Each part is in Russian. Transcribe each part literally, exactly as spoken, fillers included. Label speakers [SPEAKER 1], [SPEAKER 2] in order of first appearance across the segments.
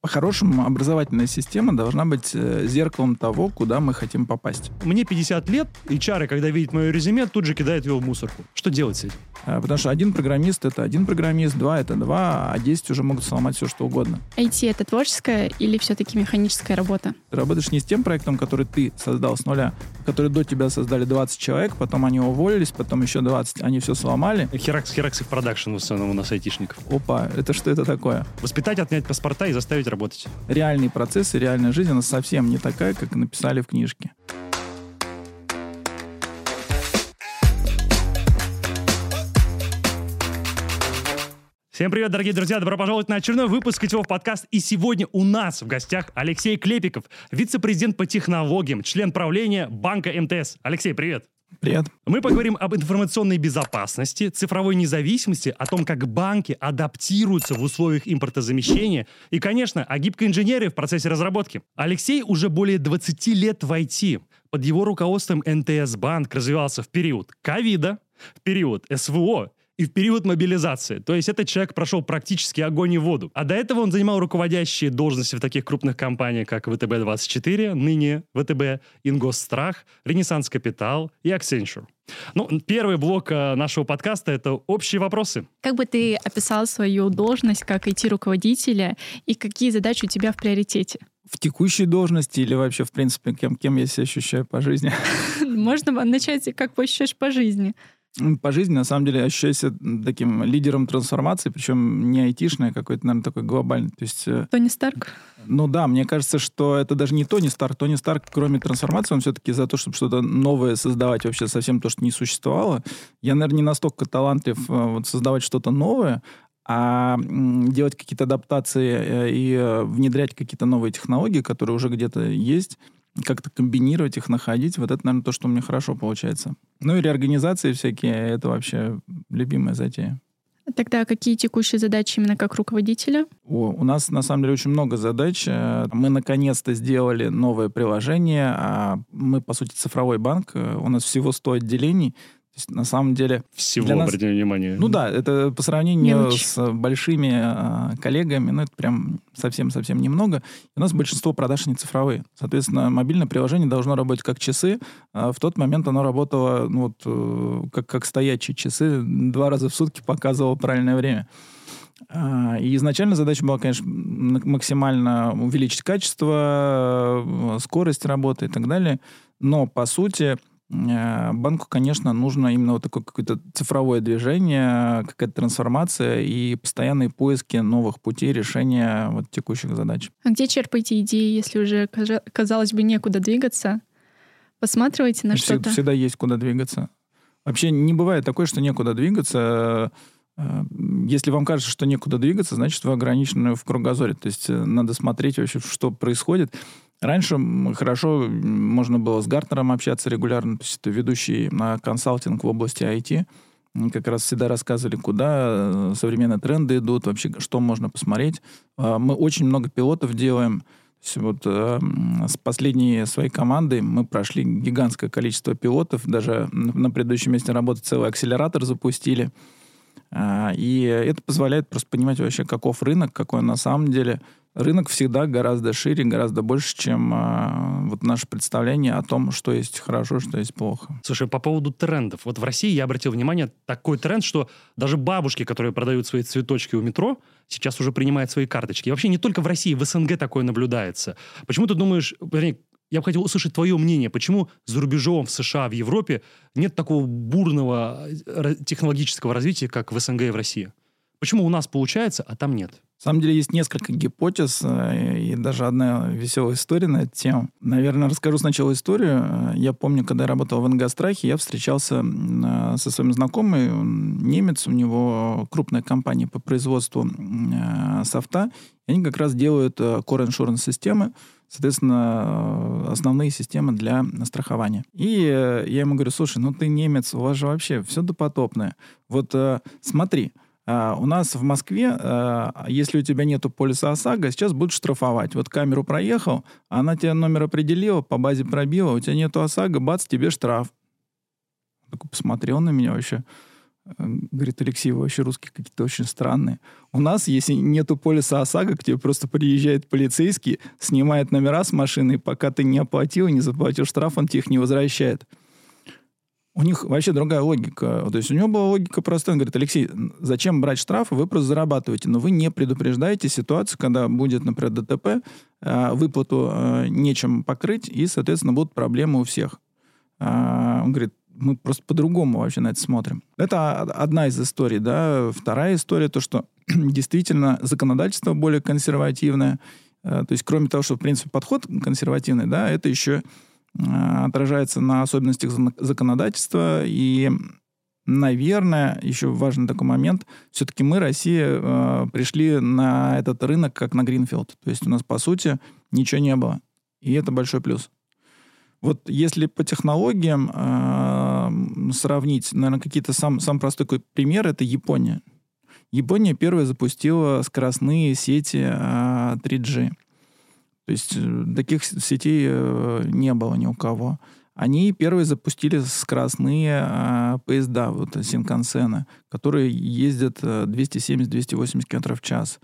[SPEAKER 1] По-хорошему, образовательная система должна быть зеркалом того, куда мы хотим попасть.
[SPEAKER 2] Мне пятьдесят лет, и эйч ар, когда видит мое резюме, тут же кидает его в мусорку. Что делать с этим?
[SPEAKER 1] Потому что один программист — это один программист, два — это два, а десять уже могут сломать все, что угодно.
[SPEAKER 3] ай ти — это творческая или все-таки механическая работа?
[SPEAKER 1] Ты работаешь не с тем проектом, который ты создал с нуля, который до тебя создали двадцать человек, потом они уволились, потом еще двадцать, они все сломали.
[SPEAKER 2] Херакс, Херакс и продакшн в основном у нас айтишников.
[SPEAKER 1] Опа, это что это такое?
[SPEAKER 2] Воспитать, отнять паспорта и заставить работать.
[SPEAKER 1] Реальные процессы, реальная жизнь, она совсем не такая, как написали в книжке.
[SPEAKER 2] Всем привет, дорогие друзья! Добро пожаловать на очередной выпуск Сетевого подкаст. И сегодня у нас в гостях Алексей Клепиков, вице-президент по технологиям, член правления банка эм тэ эс. Алексей, привет!
[SPEAKER 1] Привет.
[SPEAKER 2] Мы поговорим об информационной безопасности, цифровой независимости, о том, как банки адаптируются в условиях импортозамещения и, конечно, о гибкой инженерии в процессе разработки. Алексей уже более двадцать лет в ай ти. Под его руководством эн тэ эс Банк развивался в период ковида, в период эс вэ о и в период мобилизации. То есть этот человек прошел практически огонь и воду. А до этого он занимал руководящие должности в таких крупных компаниях, как вэ тэ бэ двадцать четыре, ныне вэ тэ бэ, Ингосстрах, Ренессанс Капитал и Accenture. Ну, первый блок нашего подкаста — это общие вопросы.
[SPEAKER 3] Как бы ты описал свою должность как ай ти-руководителя и какие задачи у тебя в приоритете?
[SPEAKER 1] В текущей должности или вообще, в принципе, кем, кем я себя ощущаю по жизни?
[SPEAKER 3] Можно начать, как ты ощущаешь по жизни.
[SPEAKER 1] По жизни, на самом деле, ощущаю себя таким лидером трансформации, причем не айтишной, а какой-то, наверное, такой глобальный. То есть,
[SPEAKER 3] Тони Старк?
[SPEAKER 1] Ну да, мне кажется, что это даже не Тони Старк. Тони Старк, кроме трансформации, он все-таки за то, чтобы что-то новое создавать, вообще совсем то, что не существовало. Я, наверное, не настолько талантлив вот, создавать что-то новое, а делать какие-то адаптации и внедрять какие-то новые технологии, которые уже где-то есть, как-то комбинировать их, находить. Вот это, наверное, то, что у меня хорошо получается. Ну и реорганизации всякие, это вообще любимая затея.
[SPEAKER 3] Тогда какие текущие задачи именно как руководителя?
[SPEAKER 1] О, у нас, на самом деле, очень много задач. Мы, наконец-то, сделали новое приложение. Мы, по сути, цифровой банк. У нас всего сто отделений. То есть, на самом деле...
[SPEAKER 2] Всего, нас... обратите внимание.
[SPEAKER 1] Ну да, это по сравнению
[SPEAKER 3] Мелочь.
[SPEAKER 1] с большими э, коллегами, ну это прям совсем-совсем немного. И у нас большинство продаж не цифровые. Соответственно, мобильное приложение должно работать как часы. А в тот момент оно работало ну, вот, э, как, как стоячие часы. Два раза в сутки показывало правильное время. И изначально задача была, конечно, максимально увеличить качество, скорость работы и так далее. Но, по сути... банку, конечно, нужно именно вот такое какое-то цифровое движение, какая-то трансформация и постоянные поиски новых путей решения вот текущих задач.
[SPEAKER 3] А где черпаете идеи, если уже, казалось бы, некуда двигаться? Посматриваете на
[SPEAKER 1] всегда,
[SPEAKER 3] что-то?
[SPEAKER 1] Всегда есть куда двигаться. Вообще не бывает такое, что некуда двигаться. Если вам кажется, что некуда двигаться, значит, вы ограничены в кругозоре. То есть надо смотреть вообще, что происходит. Раньше хорошо можно было с Гартнером общаться регулярно, то есть это ведущий на консалтинг в области ай ти. Как раз всегда рассказывали, куда современные тренды идут, вообще что можно посмотреть. Мы очень много пилотов делаем. То есть вот с последней своей командой мы прошли гигантское количество пилотов, даже на предыдущем месте работы целый акселератор запустили. И это позволяет просто понимать вообще, каков рынок, какой он на самом деле. Рынок всегда гораздо шире, гораздо больше, чем э, вот наше представление о том, что есть хорошо, что есть плохо.
[SPEAKER 2] Слушай, по поводу трендов. Вот в России я обратил внимание, такой тренд, что даже бабушки, которые продают свои цветочки у метро, сейчас уже принимают свои карточки. И вообще не только в России, в эс эн гэ такое наблюдается. Почему ты думаешь... Я бы хотел услышать твое мнение, почему за рубежом в США, в Европе нет такого бурного технологического развития, как в эс эн гэ и в России? Почему у нас получается, а там нет?
[SPEAKER 1] На самом деле есть несколько гипотез и даже одна веселая история на эту тему. Наверное, расскажу сначала историю. Я помню, когда я работал в Ингосстрахе, я встречался со своим знакомым, он немец, у него крупная компания по производству софта, и они как раз делают core insurance системы, соответственно, основные системы для страхования. И я ему говорю: слушай, ну ты немец, у вас же вообще все допотопное. Вот смотри, у нас в Москве, если у тебя нету полиса ОСАГО, сейчас будут штрафовать. Вот камеру проехал, она тебе номер определила, по базе пробила, у тебя нету ОСАГО, бац, тебе штраф. Такой посмотрел на меня вообще. Говорит, Алексей, вы вообще русские какие-то очень странные. У нас, если нету полиса ОСАГО, к тебе просто приезжает полицейский, снимает номера с машины, и пока ты не оплатил, не заплатил штраф, он тебе их не возвращает. У них вообще другая логика. То есть у него была логика простая. Он говорит, Алексей, зачем брать штрафы? Вы просто зарабатываете, но вы не предупреждаете ситуацию, когда будет, например, ДТП, выплату нечем покрыть, и, соответственно, будут проблемы у всех. Он говорит, мы просто по-другому вообще на это смотрим. Это одна из историй, да. Вторая история, то, что действительно законодательство более консервативное. То есть, кроме того, что, в принципе, подход консервативный, да, это еще отражается на особенностях законодательства. И, наверное, еще важный такой момент. Все-таки мы, Россия, пришли на этот рынок как на гринфилд. То есть у нас, по сути, ничего не было. И это большой плюс. Вот если по технологиям э, сравнить, наверное, какие-то сам, самый простой такой пример — это Япония. Япония первая запустила скоростные сети э, три джи. То есть э, таких сетей э, не было ни у кого. Они первые запустили скоростные э, поезда, вот синкансены, которые ездят двести семьдесят - двести восемьдесят километров в час.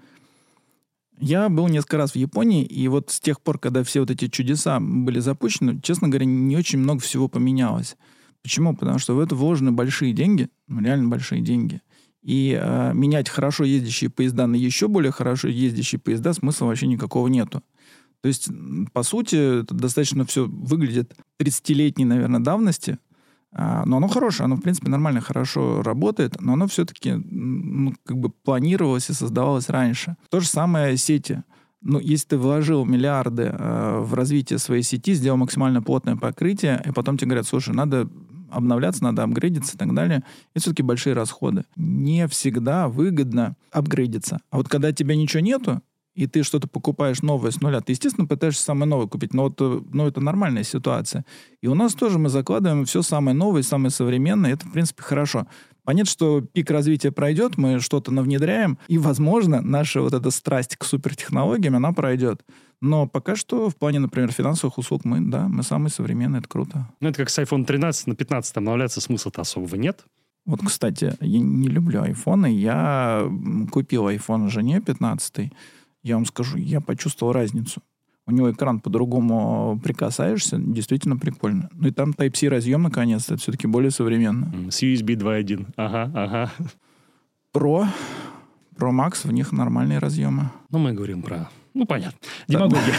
[SPEAKER 1] Я был несколько раз в Японии, и вот с тех пор, когда все вот эти чудеса были запущены, честно говоря, не очень много всего поменялось. Почему? Потому что в это вложены большие деньги, реально большие деньги. И э, менять хорошо ездящие поезда на еще более хорошо ездящие поезда смысла вообще никакого нету. То есть, по сути, это достаточно все выглядит тридцатилетней, наверное, давности, но оно хорошее, оно, в принципе, нормально, хорошо работает, но оно все-таки, ну, как бы планировалось и создавалось раньше. То же самое сети. Ну, если ты вложил миллиарды э, в развитие своей сети, сделал максимально плотное покрытие, и потом тебе говорят, слушай, надо обновляться, надо апгрейдиться и так далее, это все-таки большие расходы. Не всегда выгодно апгрейдиться. А вот когда тебя ничего нету, и ты что-то покупаешь новое с нуля, ты, естественно, пытаешься самое новое купить. Но, вот, но это нормальная ситуация. И у нас тоже мы закладываем все самое новое, самое современное. Это, в принципе, хорошо. Понятно, что пик развития пройдет, мы что-то навнедряем, и, возможно, наша вот эта страсть к супертехнологиям, она пройдет. Но пока что в плане, например, финансовых услуг мы, да, мы самые современные, это круто.
[SPEAKER 2] Ну, это как с айфон тринадцать на пятнадцать обновляться смысла-то особого нет.
[SPEAKER 1] Вот, кстати, я не люблю айфоны. Я купил айфон жене пятнадцатый. Я вам скажу, я почувствовал разницу. У него экран по-другому прикасаешься, действительно прикольно. Ну и там Type-C разъем, наконец-то, это все-таки более современно.
[SPEAKER 2] С ю эс би два точка один. Ага, ага.
[SPEAKER 1] Pro, Pro Max, в них нормальные разъемы.
[SPEAKER 2] Ну, мы говорим про... Ну, понятно. Демагогия.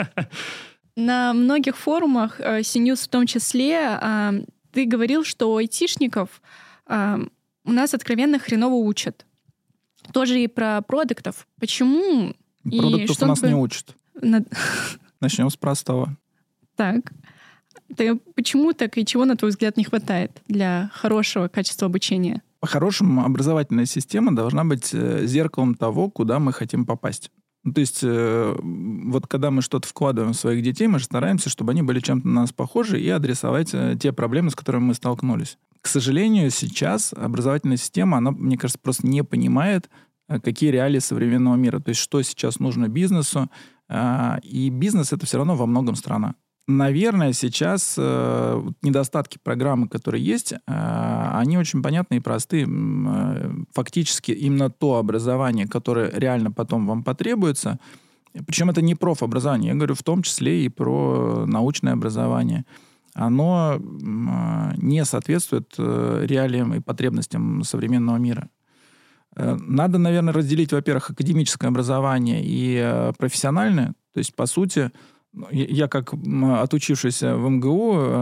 [SPEAKER 3] На многих форумах, Си-Ньюс в том числе, ты говорил, что айтишников у нас откровенно хреново учат. Тоже и про продуктов. Почему?
[SPEAKER 1] Продуктов у нас бы... не учат. На... Начнем с простого.
[SPEAKER 3] Так. Ты почему так и чего, на твой взгляд, не хватает для хорошего качества обучения?
[SPEAKER 1] По-хорошему, образовательная система должна быть зеркалом того, куда мы хотим попасть. Ну, то есть, э, вот когда мы что-то вкладываем в своих детей, мы же стараемся, чтобы они были чем-то на нас похожи и адресовать э, те проблемы, с которыми мы столкнулись. К сожалению, сейчас образовательная система, она, мне кажется, просто не понимает, какие реалии современного мира. То есть, что сейчас нужно бизнесу. И бизнес — это все равно во многом страна. Наверное, сейчас недостатки программы, которые есть, они очень понятны и просты. Фактически именно то образование, которое реально потом вам потребуется, причем это не профобразование, я говорю в том числе и про научное образование, оно не соответствует реалиям и потребностям современного мира. Надо, наверное, разделить, во-первых, академическое образование и профессиональное. То есть, по сути, я как отучившийся в эм гэ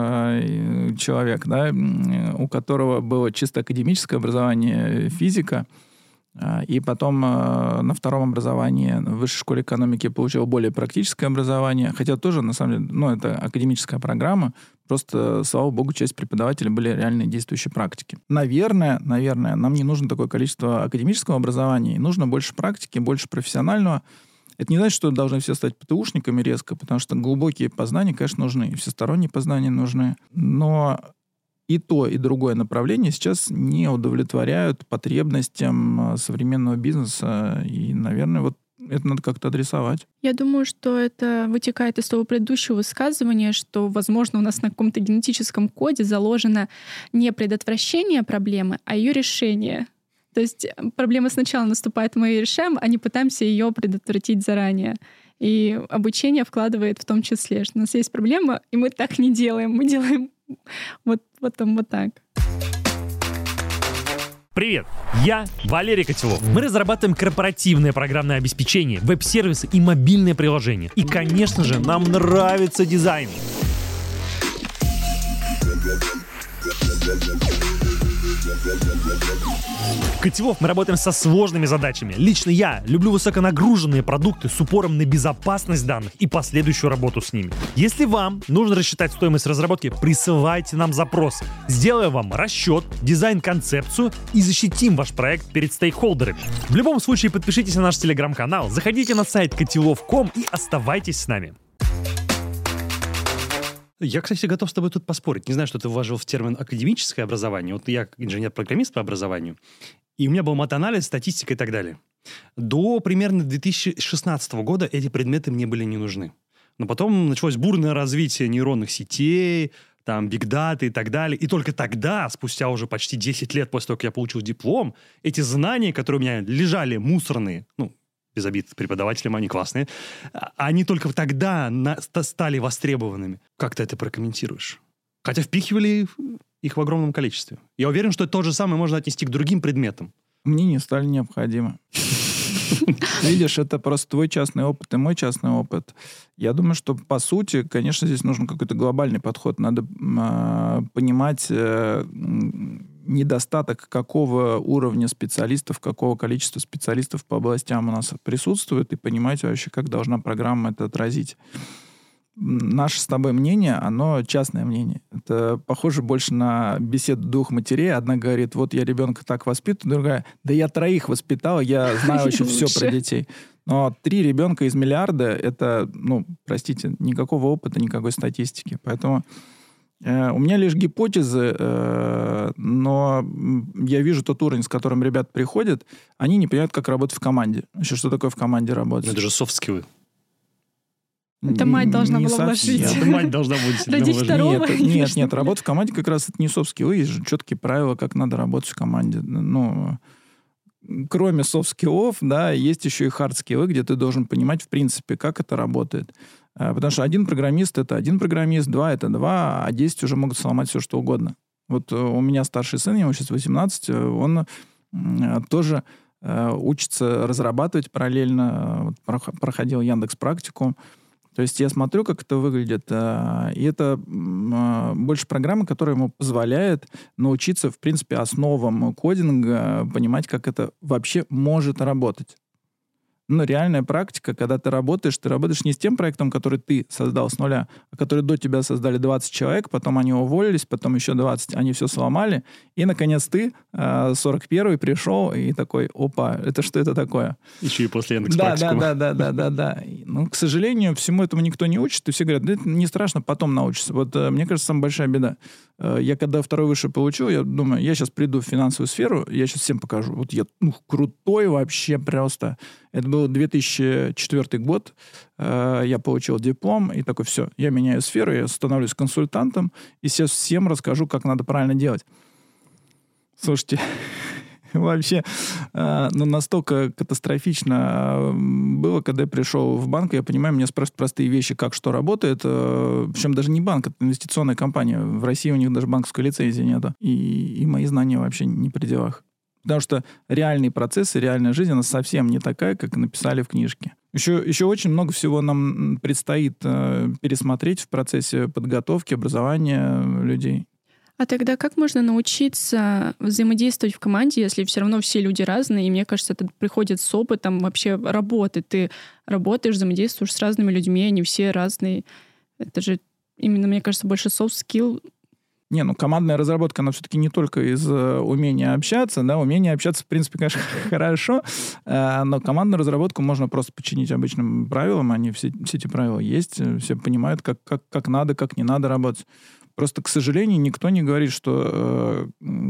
[SPEAKER 1] у человек, да, у которого было чисто академическое образование, физика, и потом на втором образовании в высшей школе экономики получил более практическое образование, хотя тоже, на самом деле, ну, это академическая программа, просто, слава богу, часть преподавателей были реальные действующие практики. Наверное, наверное, нам не нужно такое количество академического образования, и нужно больше практики, больше профессионального. Это не значит, что должны все стать ПТУшниками резко, потому что глубокие познания, конечно, нужны, и всесторонние познания нужны, но и то, и другое направление сейчас не удовлетворяют потребностям современного бизнеса. И, наверное, вот это надо как-то адресовать.
[SPEAKER 3] Я думаю, что это вытекает из того предыдущего высказывания, что, возможно, у нас на каком-то генетическом коде заложено не предотвращение проблемы, а ее решение. То есть проблема сначала наступает, мы ее решаем, а не пытаемся ее предотвратить заранее. И обучение вкладывает в том числе, что у нас есть проблема, и мы так не делаем. Мы делаем вот потом вот так.
[SPEAKER 2] Привет, я Валерий Котелов. Мы разрабатываем корпоративное программное обеспечение, веб-сервисы и мобильные приложения. И, конечно же, нам нравится дизайн. В Котелов мы работаем со сложными задачами. Лично я люблю высоконагруженные продукты с упором на безопасность данных и последующую работу с ними. Если вам нужно рассчитать стоимость разработки, присылайте нам запросы. Сделаем вам расчет, дизайн-концепцию и защитим ваш проект перед стейкхолдерами. В любом случае подпишитесь на наш телеграм-канал, заходите на сайт котелов точка ком и оставайтесь с нами. Я, кстати, готов с тобой тут поспорить. Не знаю, что ты вложил в термин академическое образование. Вот я инженер-программист по образованию, и у меня был матанализ, статистика и так далее. До примерно две тысячи шестнадцатого года эти предметы мне были не нужны. Но потом началось бурное развитие нейронных сетей, там, бигдаты и так далее. И только тогда, спустя уже почти десять лет после того, как я получил диплом, эти знания, которые у меня лежали мусорные, ну, без обид преподавателям, они классные, они только тогда на, стали востребованными. Как ты это прокомментируешь? Хотя впихивали их в огромном количестве. Я уверен, что то же самое можно отнести к другим предметам.
[SPEAKER 1] Мне не стали необходимы. Видишь, это просто твой частный опыт и мой частный опыт. Я думаю, что, по сути, конечно, здесь нужен какой-то глобальный подход. Надо э, понимать э, недостаток, какого уровня специалистов, какого количества специалистов по областям у нас присутствует, и понимать вообще, как должна программа это отразить. Наше с тобой мнение, оно частное мнение. Это похоже больше на беседу двух матерей. Одна говорит, вот я ребенка так воспитываю, другая, да я троих воспитала, я знаю вообще все про детей. Но три ребенка из миллиарда, это, ну, простите, никакого опыта, никакой статистики. Поэтому э, у меня лишь гипотезы, э, но я вижу тот уровень, с которым ребят приходят, они не понимают, как работать в команде. Еще что такое в команде работать?
[SPEAKER 2] Это же софт-скиллы.
[SPEAKER 3] Это мать должна
[SPEAKER 1] не
[SPEAKER 3] была
[SPEAKER 1] совсем.
[SPEAKER 3] вложить.
[SPEAKER 2] Это мать должна будет
[SPEAKER 3] Родить второго.
[SPEAKER 1] Нет, нет, нет, работа в команде как раз это не софт-скиллы, есть же четкие правила, как надо работать в команде. Ну, кроме софт-скиллов, да, есть еще и хард-скиллы, где ты должен понимать, в принципе, как это работает. Потому что один программист — это один программист, два — это два, а десять уже могут сломать все, что угодно. Вот у меня старший сын, ему сейчас восемнадцать, он тоже учится разрабатывать параллельно, проходил Яндекс.Практику. То есть я смотрю, как это выглядит, и это больше программа, которая ему позволяет научиться, в принципе, основам кодинга, понимать, как это вообще может работать. Ну, реальная практика, когда ты работаешь, ты работаешь не с тем проектом, который ты создал с нуля, а который до тебя создали двадцать человек, потом они уволились, потом еще двадцать, они все сломали, и, наконец, ты, сорок первый, пришел и такой, опа, это что это такое?
[SPEAKER 2] Еще и после Яндекс.Практикума.
[SPEAKER 1] Да, да, да, да, да, да. Ну, к сожалению, всему этому никто не учит, и все говорят, да это не страшно, потом научишься. Вот, мне кажется, самая большая беда. Я когда второй высший получил, я думаю, я сейчас приду в финансовую сферу, я сейчас всем покажу. Вот я, ну, крутой вообще просто. Это был две тысячи четвёртый год, э, я получил диплом, и такой, все, я меняю сферу, я становлюсь консультантом, и сейчас всем расскажу, как надо правильно делать. Слушайте, вообще, э, ну, настолько катастрофично было, когда я пришел в банк, я понимаю, меня спрашивают простые вещи, как что работает, э, причем даже не банк, это инвестиционная компания. В России у них даже банковской лицензии нету, и, и мои знания вообще не при делах. Потому что реальные процессы, реальная жизнь, она совсем не такая, как написали в книжке. Еще, еще очень много всего нам предстоит э, пересмотреть в процессе подготовки, образования людей.
[SPEAKER 3] А тогда как можно научиться взаимодействовать в команде, если все равно все люди разные, и мне кажется, это приходит с опытом вообще работы. Ты работаешь, взаимодействуешь с разными людьми, они все разные. Это же именно, мне кажется, больше soft skill.
[SPEAKER 1] Не, ну командная разработка, она все-таки не только из э, умения общаться, да, умение общаться, в принципе, конечно, хорошо, э, но командную разработку можно просто подчинить обычным правилам, они все, все эти правила есть, все понимают, как, как, как надо, как не надо работать. Просто, к сожалению, никто не говорит, что э,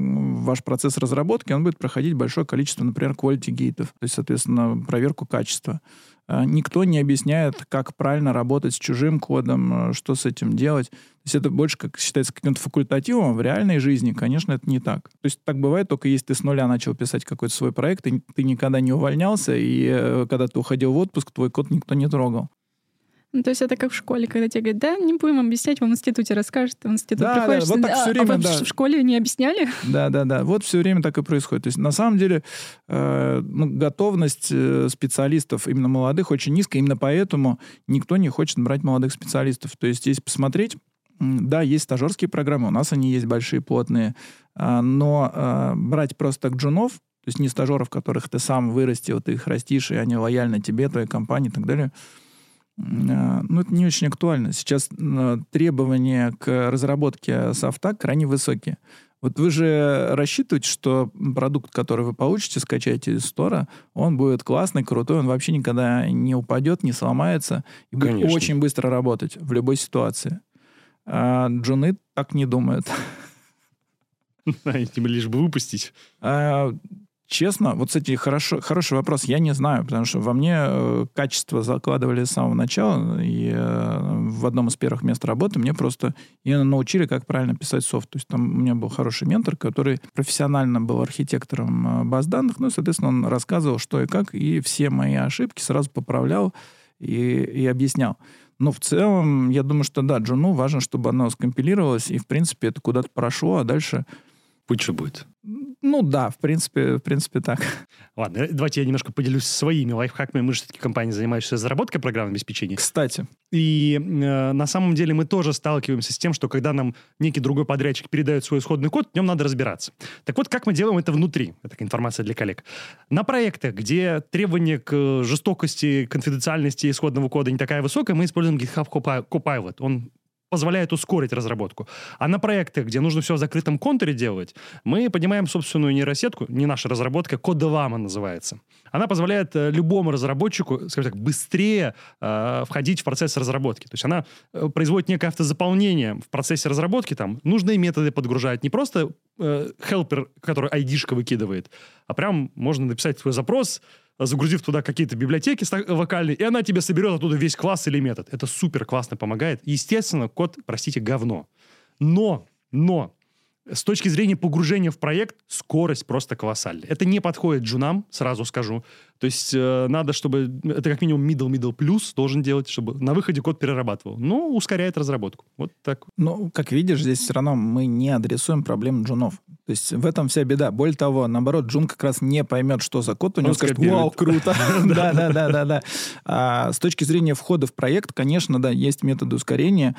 [SPEAKER 1] ваш процесс разработки, он будет проходить большое количество, например, quality гейтов, то есть, соответственно, проверку качества. никто не объясняет, как правильно работать с чужим кодом, что с этим делать. То есть это больше как считается каким-то факультативом. В реальной жизни, конечно, это не так. То есть так бывает, только если ты с нуля начал писать какой-то свой проект, и ты никогда не увольнялся, и когда ты уходил в отпуск, твой код никто не трогал.
[SPEAKER 3] Ну, то есть это как в школе, когда тебе говорят, да, не будем объяснять, в институте расскажет, в институт
[SPEAKER 1] да,
[SPEAKER 3] приходишь,
[SPEAKER 1] да, вот так
[SPEAKER 3] а,
[SPEAKER 1] все время,
[SPEAKER 3] а вы
[SPEAKER 1] да.
[SPEAKER 3] в школе не объясняли?
[SPEAKER 1] Да-да-да, вот все время так и происходит. То есть на самом деле э, ну, готовность специалистов, именно молодых, очень низкая, именно поэтому никто не хочет брать молодых специалистов. То есть если посмотреть, да, есть стажерские программы, у нас они есть большие, плотные, но э, брать просто так джунов, то есть не стажеров, которых ты сам вырастил, ты их растишь, и они лояльны тебе, твоей компании и так далее, ну, это не очень актуально. Сейчас требования к разработке софта крайне высокие. Вот вы же рассчитываете, что продукт, который вы получите, скачаете из стора, он будет классный, крутой, он вообще никогда не упадет, не сломается и будет Конечно. Очень быстро работать в любой ситуации. А джуны так не думают.
[SPEAKER 2] Тебе лишь бы выпустить.
[SPEAKER 1] А, честно, вот, кстати, хорошо, хороший вопрос. Я не знаю, потому что во мне э, качество закладывали с самого начала, и э, в одном из первых мест работы мне просто именно научили, как правильно писать софт. То есть там у меня был хороший ментор, который профессионально был архитектором баз данных, ну, и, соответственно, он рассказывал, что и как, и все мои ошибки сразу поправлял и, и объяснял. Но в целом, я думаю, что да, джуну важно, чтобы оно скомпилировалось, и, в принципе, это куда-то прошло, а дальше...
[SPEAKER 2] Путь что будет?
[SPEAKER 1] Ну да, в принципе, в принципе так.
[SPEAKER 2] Ладно, давайте я немножко поделюсь своими лайфхаками. Мы же все-таки компания, занимающаяся разработкой программного обеспечения.
[SPEAKER 1] Кстати.
[SPEAKER 2] И э, на самом деле мы тоже сталкиваемся с тем, что когда нам некий другой подрядчик передает свой исходный код, в нем надо разбираться. Так вот, как мы делаем это внутри? Это такая информация для коллег. На проектах, где требования к жестокости, конфиденциальности исходного кода не такая высокая, мы используем GitHub Copilot. Он позволяет ускорить разработку. А на проектах, где нужно все в закрытом контуре делать, мы поднимаем собственную нейросетку, не наша разработка, Codellama называется. Она позволяет э, любому разработчику, скажем так, быстрее э, входить в процесс разработки. То есть она э, производит некое автозаполнение в процессе разработки, там нужные методы подгружает, не просто э, helper, который ай ди-шка выкидывает, а прям можно написать свой запрос, загрузив туда какие-то библиотеки вокальные, и она тебе соберет оттуда весь класс или метод. Это супер классно помогает. Естественно, код, простите, говно. Но, но, с точки зрения погружения в проект, скорость просто колоссальная. Это не подходит джунам, сразу скажу. То есть э, надо, чтобы... Это как минимум middle-middle плюс должен делать, чтобы на выходе код перерабатывал. Но ускоряет разработку. Вот так.
[SPEAKER 1] Ну, как видишь, здесь все равно мы не адресуем проблему джунов. То есть в этом вся беда. Более того, наоборот, джун как раз не поймет, что за код. У него скажет, вау, круто. Да-да-да. А с точки зрения входа в проект, конечно, да, есть методы ускорения,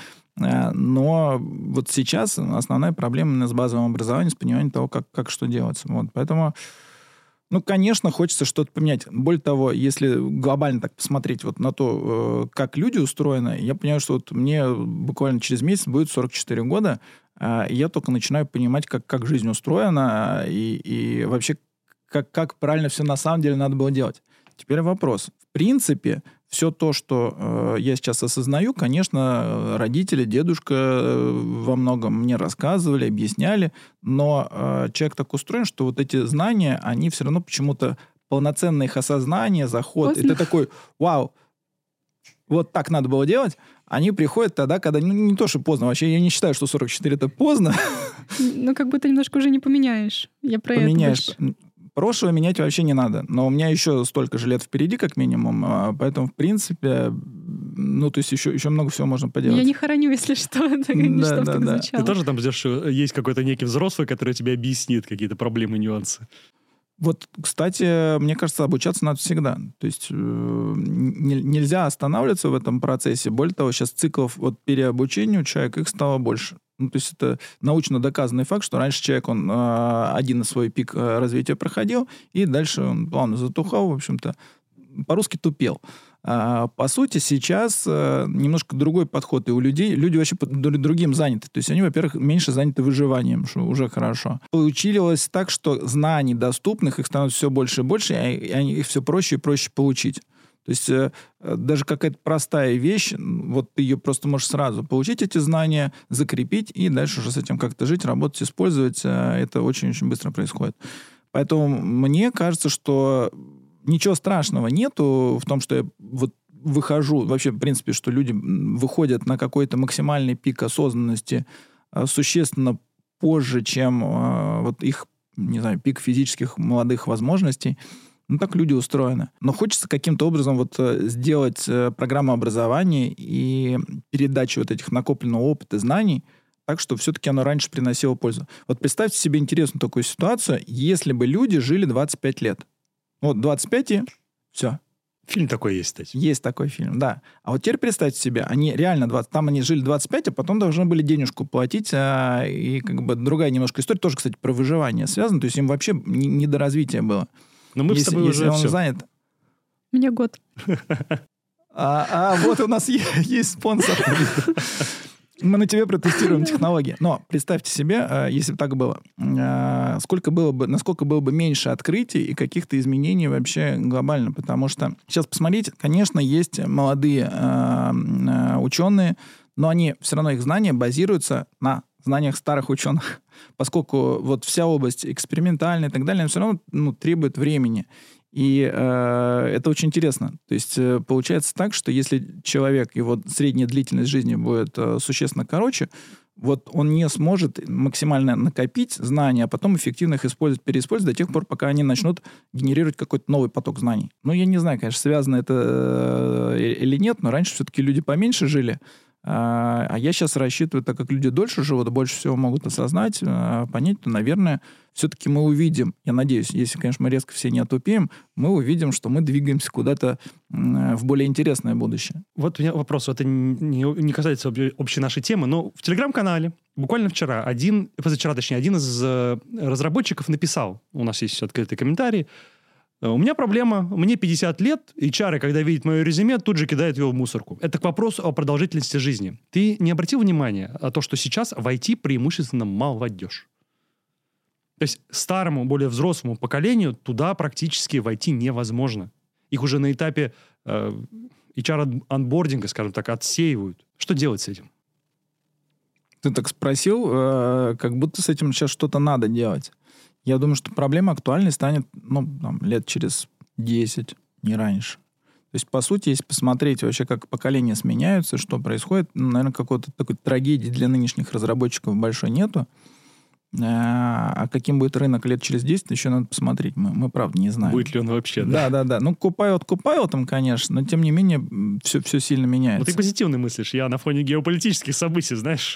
[SPEAKER 1] но вот сейчас основная проблема с базовым образованием, с пониманием того, как, как что делать. Вот. Поэтому, ну, конечно, хочется что-то поменять. Более того, если глобально так посмотреть вот на то, как люди устроены, я понимаю, что вот мне буквально через месяц будет сорок четыре года, и я только начинаю понимать, как, как жизнь устроена, и, и вообще, как, как правильно все на самом деле надо было делать. Теперь вопрос. В принципе, все то, что э, я сейчас осознаю, конечно, родители, дедушка э, во многом мне рассказывали, объясняли, но э, человек так устроен, что вот эти знания, они все равно почему-то полноценное их осознание, заход, Поздно. И ты такой, вау, вот так надо было делать, они приходят тогда, когда, ну, не то, что поздно, вообще я не считаю, что сорок четыре это поздно.
[SPEAKER 3] Ну, как будто немножко уже не поменяешь. Я про
[SPEAKER 1] Поменяешь.
[SPEAKER 3] это больше.
[SPEAKER 1] Прошлое менять вообще не надо. Но у меня еще столько же лет впереди, как минимум. Поэтому, в принципе, ну, то есть еще, еще много всего можно поделать.
[SPEAKER 3] Я не хороню, если что. Так, да,
[SPEAKER 1] чтобы
[SPEAKER 3] да,
[SPEAKER 1] так
[SPEAKER 3] да.
[SPEAKER 2] Ты тоже там ждешь, что есть какой-то некий взрослый, который тебе объяснит какие-то проблемы, нюансы?
[SPEAKER 1] Вот, кстати, мне кажется, обучаться надо всегда. То есть э, не, нельзя останавливаться в этом процессе. Более того, сейчас циклов вот, переобучения у человека их стало больше. Ну, то есть это научно доказанный факт, что раньше человек, он э, один свой пик э, развития проходил, и дальше он плавно затухал, в общем-то, по-русски тупел. А, по сути, сейчас а, немножко другой подход и у людей. Люди вообще другим заняты. То есть они, во-первых, меньше заняты выживанием, что уже хорошо. Получилось так, что знаний доступных, их становится все больше и больше, и они, их все проще и проще получить. То есть э, даже какая-то простая вещь, вот ты ее просто можешь сразу получить, эти знания, закрепить, и дальше уже с этим как-то жить, работать, использовать. Э, это очень-очень быстро происходит. Поэтому мне кажется, что ничего страшного нету в том, что я вот выхожу, вообще, в принципе, что люди выходят на какой-то максимальный пик осознанности а, существенно позже, чем а, вот их, не знаю, пик физических молодых возможностей. Ну, так люди устроены. Но хочется каким-то образом вот сделать программу образования и передачу вот этих накопленного опыта и знаний так, чтобы все-таки оно раньше приносило пользу. Вот представьте себе интересную такую ситуацию, если бы люди жили двадцать пять лет. Вот двадцать пять и все.
[SPEAKER 2] Фильм такой есть, кстати.
[SPEAKER 1] Есть такой фильм, да. А вот теперь представьте себе, они реально двадцать, там они жили двадцать пять, а потом должны были денежку платить, а, и как бы другая немножко история, тоже, кстати, про выживание связана, то есть им вообще не, не до развития было.
[SPEAKER 2] Но мы
[SPEAKER 1] если,
[SPEAKER 2] с тобой
[SPEAKER 1] если
[SPEAKER 2] уже
[SPEAKER 1] он
[SPEAKER 2] все.
[SPEAKER 1] занят.
[SPEAKER 3] Мне год.
[SPEAKER 1] А, а вот у нас есть, есть спонсор. Мы на тебе протестируем технологии. Но представьте себе, если бы так было, сколько было бы, насколько было бы меньше открытий и каких-то изменений вообще глобально. Потому что сейчас посмотрите, конечно, есть молодые ученые, но они все равно, их знания базируются на знаниях старых ученых, поскольку вот вся область экспериментальная и так далее, она все равно ну, требует времени. И э, это очень интересно. То есть э, получается так, что если человек, его средняя длительность жизни будет э, существенно короче, вот он не сможет максимально накопить знания, а потом эффективно их использовать, переиспользовать до тех пор, пока они начнут генерировать какой-то новый поток знаний. Ну, я не знаю, конечно, связано это э, или нет, но раньше все-таки люди поменьше жили. А я сейчас рассчитываю, так как люди дольше живут, больше всего могут осознать, понять, то, наверное, все-таки мы увидим, я надеюсь, если, конечно, мы резко все не отупеем, мы увидим, что мы двигаемся куда-то в более интересное будущее.
[SPEAKER 2] Вот у меня вопрос, это не, не касается общей нашей темы, но в Телеграм-канале буквально вчера один, позавчера, точнее, один из разработчиков написал, у нас есть открытый комментарий: у меня проблема, мне пятьдесят лет, эйч ар, когда видит мое резюме, тут же кидает его в мусорку. Это к вопросу о продолжительности жизни. Ты не обратил внимания на то, что сейчас в ай ти преимущественно молодежь? То есть старому, более взрослому поколению туда практически войти невозможно. Их уже на этапе э, эйч ар-анбординга, скажем так, отсеивают. Что делать с этим?
[SPEAKER 1] Ты так спросил, э, как будто с этим сейчас что-то надо делать. Я думаю, что проблема актуальной станет, ну, там, лет через десять, не раньше. То есть, по сути, если посмотреть вообще, как поколения сменяются, что происходит, ну, наверное, какой-то такой трагедии для нынешних разработчиков большой нету. А каким будет рынок лет через десять, еще надо посмотреть. Мы, мы правда, не знаем.
[SPEAKER 2] Будет ли он вообще,
[SPEAKER 1] Да,
[SPEAKER 2] да?
[SPEAKER 1] да, да. Ну, Copilot Copilot'ом, конечно, но, тем не менее, все, все сильно меняется.
[SPEAKER 2] Ну, ты позитивно мыслишь. Я на фоне геополитических событий, знаешь...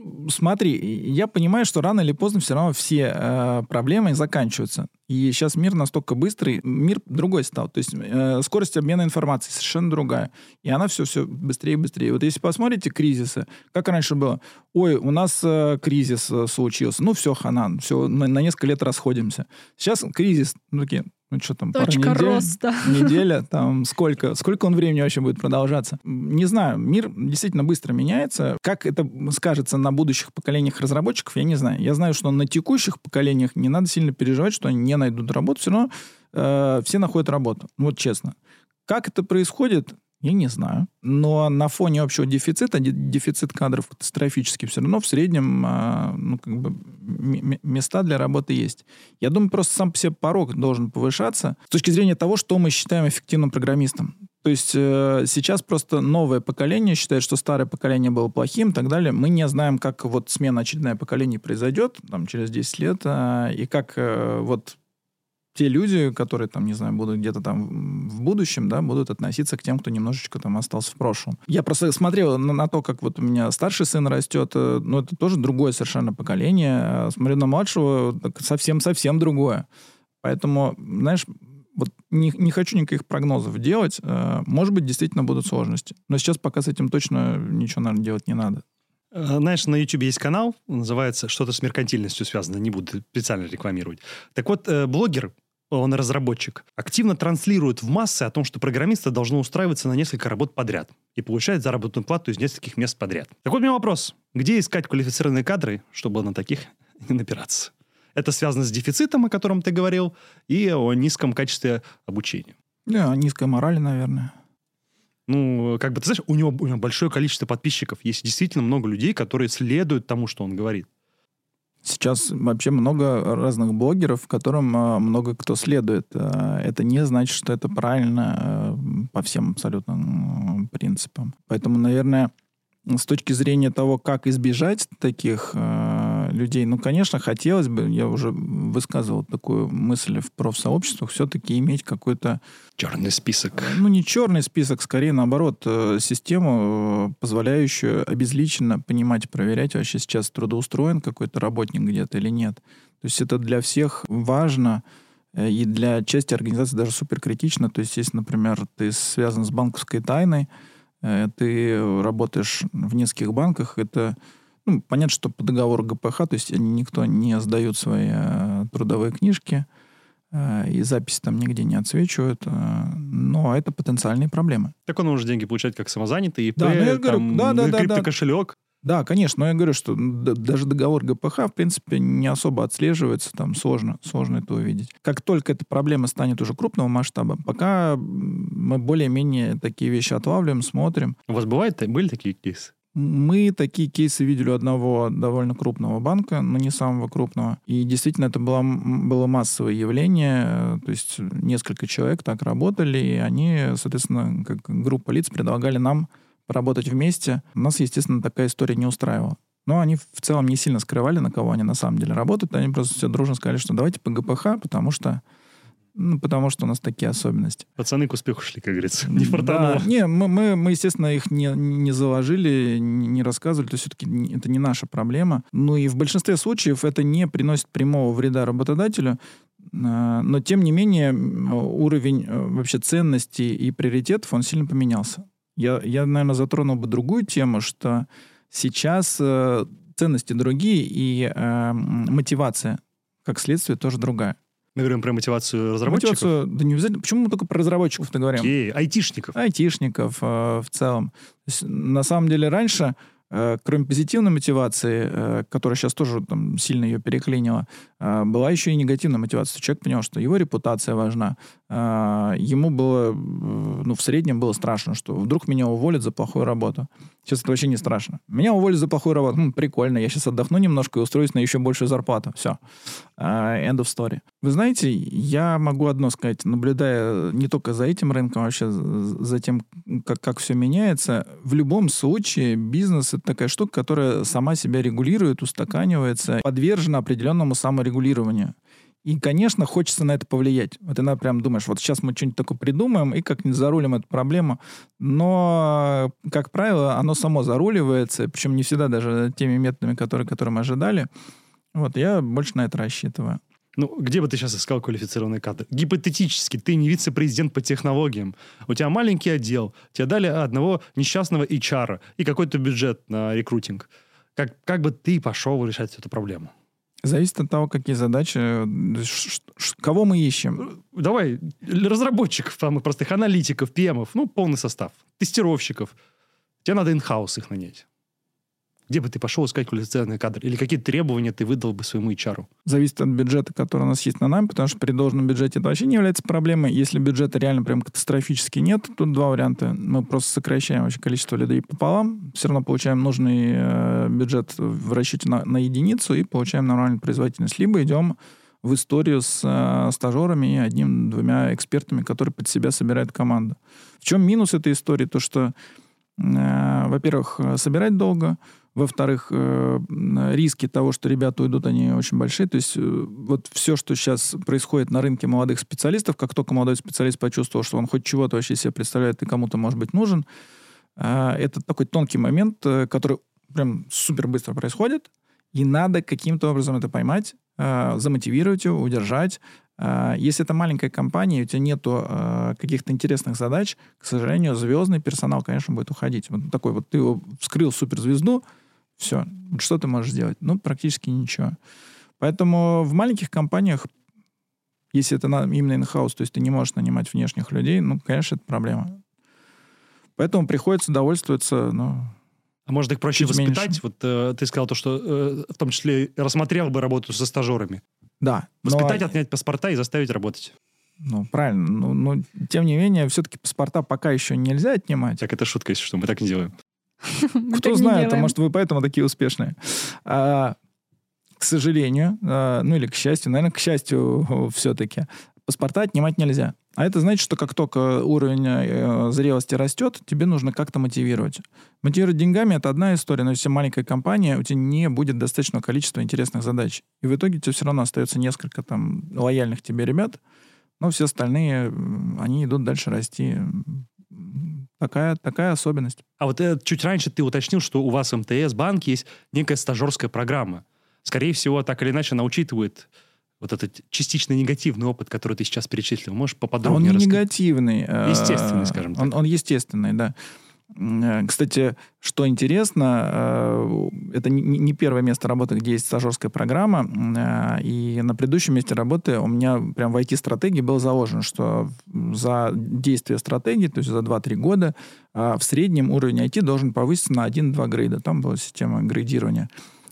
[SPEAKER 1] Смотри, я понимаю, что рано или поздно все равно все э, проблемы заканчиваются. И сейчас мир настолько быстрый, мир другой стал. То есть э, скорость обмена информацией совершенно другая. И она все-все быстрее и быстрее. Вот если посмотрите кризисы, как раньше было. Ой, у нас э, кризис э, случился. Ну все, хана, все, на, на несколько лет расходимся. Сейчас кризис, ну такие... Ну, что там,
[SPEAKER 3] Точка
[SPEAKER 1] пара недель,
[SPEAKER 3] роста.
[SPEAKER 1] Неделя, там, сколько, сколько он времени вообще будет продолжаться? Не знаю, мир действительно быстро меняется. Как это скажется на будущих поколениях разработчиков, я не знаю. Я знаю, что на текущих поколениях не надо сильно переживать, что они не найдут работу. Все равно э, все находят работу. Вот честно. Как это происходит, я не знаю. Но на фоне общего дефицита, дефицит кадров катастрофический, все равно в среднем э, ну, как бы м- места для работы есть. Я думаю, просто сам по себе порог должен повышаться с точки зрения того, что мы считаем эффективным программистом. То есть э, сейчас просто новое поколение считает, что старое поколение было плохим и так далее. Мы не знаем, как вот смена очередное поколение произойдет там, через десять лет, э, и как э, вот те люди, которые, там, не знаю, будут где-то там в будущем, да, будут относиться к тем, кто немножечко там остался в прошлом. Я просто смотрел на, на то, как вот у меня старший сын растет, ну, это тоже другое совершенно поколение. Смотрю на младшего, совсем-совсем другое. Поэтому, знаешь, вот не, не хочу никаких прогнозов делать. Может быть, действительно будут сложности. Но сейчас пока с этим точно ничего, наверное, делать не надо.
[SPEAKER 2] Знаешь, на YouTube есть канал, называется «Что-то с меркантильностью связано», не буду специально рекламировать. Так вот, блогер, он разработчик, активно транслирует в массы о том, что программисты должны устраиваться на несколько работ подряд и получать заработную плату из нескольких мест подряд. Так вот у меня вопрос. Где искать квалифицированные кадры, чтобы на таких не напираться? Это связано с дефицитом, о котором ты говорил, и о низком качестве обучения.
[SPEAKER 1] Да, низкая мораль, наверное.
[SPEAKER 2] Ну, как бы, ты знаешь, у него, у него большое количество подписчиков. Есть действительно много людей, которые следуют тому, что он говорит.
[SPEAKER 1] сейчас вообще много разных блогеров, которым много кто следует. Это не значит, что это правильно по всем абсолютно принципам. Поэтому, наверное, с точки зрения того, как избежать таких э, людей, ну, конечно, хотелось бы, я уже высказывал такую мысль в профсообществах, все-таки иметь какой-то...
[SPEAKER 2] Черный список.
[SPEAKER 1] Ну, не черный список, скорее, наоборот, э, систему, позволяющую обезличенно понимать, проверять, вообще сейчас трудоустроен какой-то работник где-то или нет. То есть это для всех важно, э, и для части организации даже суперкритично. То есть если, например, ты связан с банковской тайной, ты работаешь в нескольких банках, это, ну, понятно, что по договору ГПХ, то есть никто не сдает свои э, трудовые книжки, э, и записи там нигде не отсвечивают, э, но это потенциальные проблемы.
[SPEAKER 2] Так он может деньги получать как самозанятый, ИП,
[SPEAKER 1] да, ну, я говорю,
[SPEAKER 2] там,
[SPEAKER 1] да, да, да,
[SPEAKER 2] криптокошелек.
[SPEAKER 1] Да, конечно, но я говорю, что даже договор ГПХ, в принципе, не особо отслеживается, там сложно, сложно это увидеть. Как только эта проблема станет уже крупного масштаба, пока мы более-менее такие вещи отлавливаем, смотрим.
[SPEAKER 2] У вас бывает, были такие кейсы?
[SPEAKER 1] Мы такие кейсы видели у одного довольно крупного банка, но не самого крупного. И действительно это было, было массовое явление. То есть несколько человек так работали, и они, соответственно, как группа лиц предлагали нам поработать вместе. Нас, естественно, такая история не устраивала. Но они в целом не сильно скрывали, на кого они на самом деле работают. Они просто все дружно сказали, что давайте по ГПХ, потому что, ну, потому что у нас такие особенности.
[SPEAKER 2] Пацаны к успеху шли, как говорится. Не фартануло.
[SPEAKER 1] Да. Не, мы, мы, мы, естественно, их не, не заложили, не, не рассказывали. То есть все-таки это не наша проблема. Ну и в большинстве случаев это не приносит прямого вреда работодателю. Но, тем не менее, уровень вообще ценностей и приоритетов, он сильно поменялся. Я, я, наверное, затронул бы другую тему, что сейчас э, ценности другие, и э, мотивация, как следствие, тоже другая.
[SPEAKER 2] Мы говорим про мотивацию разработчиков?
[SPEAKER 1] Мотивацию, да не обязательно. Почему мы только про разработчиков-то говорим?
[SPEAKER 2] Окей, айтишников.
[SPEAKER 1] Айтишников э, в целом. То есть, на самом деле раньше, э, кроме позитивной мотивации, э, которая сейчас тоже там, сильно ее переклинила, э, была еще и негативная мотивация. Человек понял, что его репутация важна. Э, ему было, ну, в среднем было страшно, что вдруг меня уволят за плохую работу. Сейчас это вообще не страшно. Меня уволят за плохую работу. Хм, прикольно, я сейчас отдохну немножко и устроюсь на еще большую зарплату. Все. Uh, end of story. Вы знаете, я могу одно сказать, наблюдая не только за этим рынком, а вообще за тем, как, как все меняется. В любом случае бизнес — это такая штука, которая сама себя регулирует, устаканивается, подвержена определенному саморегулированию. И, конечно, хочется на это повлиять. Вот иногда прям думаешь, вот сейчас мы что-нибудь такое придумаем и как-нибудь зарулим эту проблему. Но, как правило, оно само заруливается, причем не всегда даже теми методами, которые, которые мы ожидали. Вот, я больше на это рассчитываю.
[SPEAKER 2] Ну, где бы ты сейчас искал квалифицированные кадры? Гипотетически, ты не вице-президент по технологиям. У тебя маленький отдел, тебе дали одного несчастного эйч ар и какой-то бюджет на рекрутинг. Как, как бы ты пошел решать эту проблему?
[SPEAKER 1] Зависит от того, какие задачи, кого мы ищем.
[SPEAKER 2] Давай, разработчиков, самых простых, аналитиков, пи эмов, ну, полный состав, тестировщиков. Тебе надо in-house их нанять. Где бы ты пошел искать квалифицированный кадр? Или какие требования ты выдал бы своему эйч ар?
[SPEAKER 1] Зависит от бюджета, который у нас есть на найм, потому что при должном бюджете это вообще не является проблемой. Если бюджета реально прям катастрофически нет, тут два варианта. Мы просто сокращаем вообще количество людей пополам, все равно получаем нужный э, бюджет в расчете на, на единицу и получаем нормальную производительность. Либо идем в историю с э, стажерами и одним-двумя экспертами, которые под себя собирают команду. В чем минус этой истории? То, что, э, во-первых, собирать долго, во-вторых, э, риски того, что ребята уйдут, они очень большие. То есть э, вот все, что сейчас происходит на рынке молодых специалистов, как только молодой специалист почувствовал, что он хоть чего-то вообще себе представляет и кому-то, может быть, нужен, э, это такой тонкий момент, э, который прям супер быстро происходит, и надо каким-то образом это поймать, э, замотивировать его, удержать. Э, если это маленькая компания, и у тебя нету э, каких-то интересных задач, к сожалению, звездный персонал, конечно, будет уходить. Вот такой вот ты его вскрыл суперзвезду, все. Что ты можешь сделать? Ну, практически ничего. Поэтому в маленьких компаниях, если это на, именно in-house, то есть ты не можешь нанимать внешних людей, ну, конечно, это проблема. Поэтому приходится довольствоваться, ну...
[SPEAKER 2] А может, их проще воспитать?
[SPEAKER 1] Меньше.
[SPEAKER 2] Вот э, ты сказал то, что э, в том числе рассмотрел бы работу со стажерами.
[SPEAKER 1] Да.
[SPEAKER 2] Воспитать,
[SPEAKER 1] но...
[SPEAKER 2] отнять паспорта и заставить работать.
[SPEAKER 1] Ну, правильно. Но, но, тем не менее, все-таки паспорта пока еще нельзя отнимать.
[SPEAKER 2] Так, это шутка, если что, мы так не делаем.
[SPEAKER 1] Кто знает, а может, вы поэтому такие успешные. А, к сожалению, э, ну или к счастью, наверное, к счастью все-таки, паспорта отнимать нельзя. А это значит, что как только уровень э, зрелости растет, тебе нужно как-то мотивировать. Мотивировать деньгами — это одна история, но если маленькая компания, у тебя не будет достаточного количества интересных задач. И в итоге тебе все равно остается несколько там лояльных тебе ребят, но все остальные, они идут дальше расти. Такая, такая особенность.
[SPEAKER 2] А вот это, чуть раньше ты уточнил, что у вас в МТС-банке есть некая стажерская программа. Скорее всего, так или иначе, она учитывает вот этот частично негативный опыт, который ты сейчас перечислил. Можешь поподробнее
[SPEAKER 1] рассказать? Он не
[SPEAKER 2] рассказать?
[SPEAKER 1] негативный.
[SPEAKER 2] Естественный, скажем так.
[SPEAKER 1] Он, он естественный, да. Кстати, что интересно, это не первое место работы, где есть стажерская программа, и на предыдущем месте работы у меня прям в ай ти-стратегии было заложено, что за действие стратегии, то есть за два-три года, в среднем уровень ай ти должен повыситься на один-два грейда. Там была система грейдирования.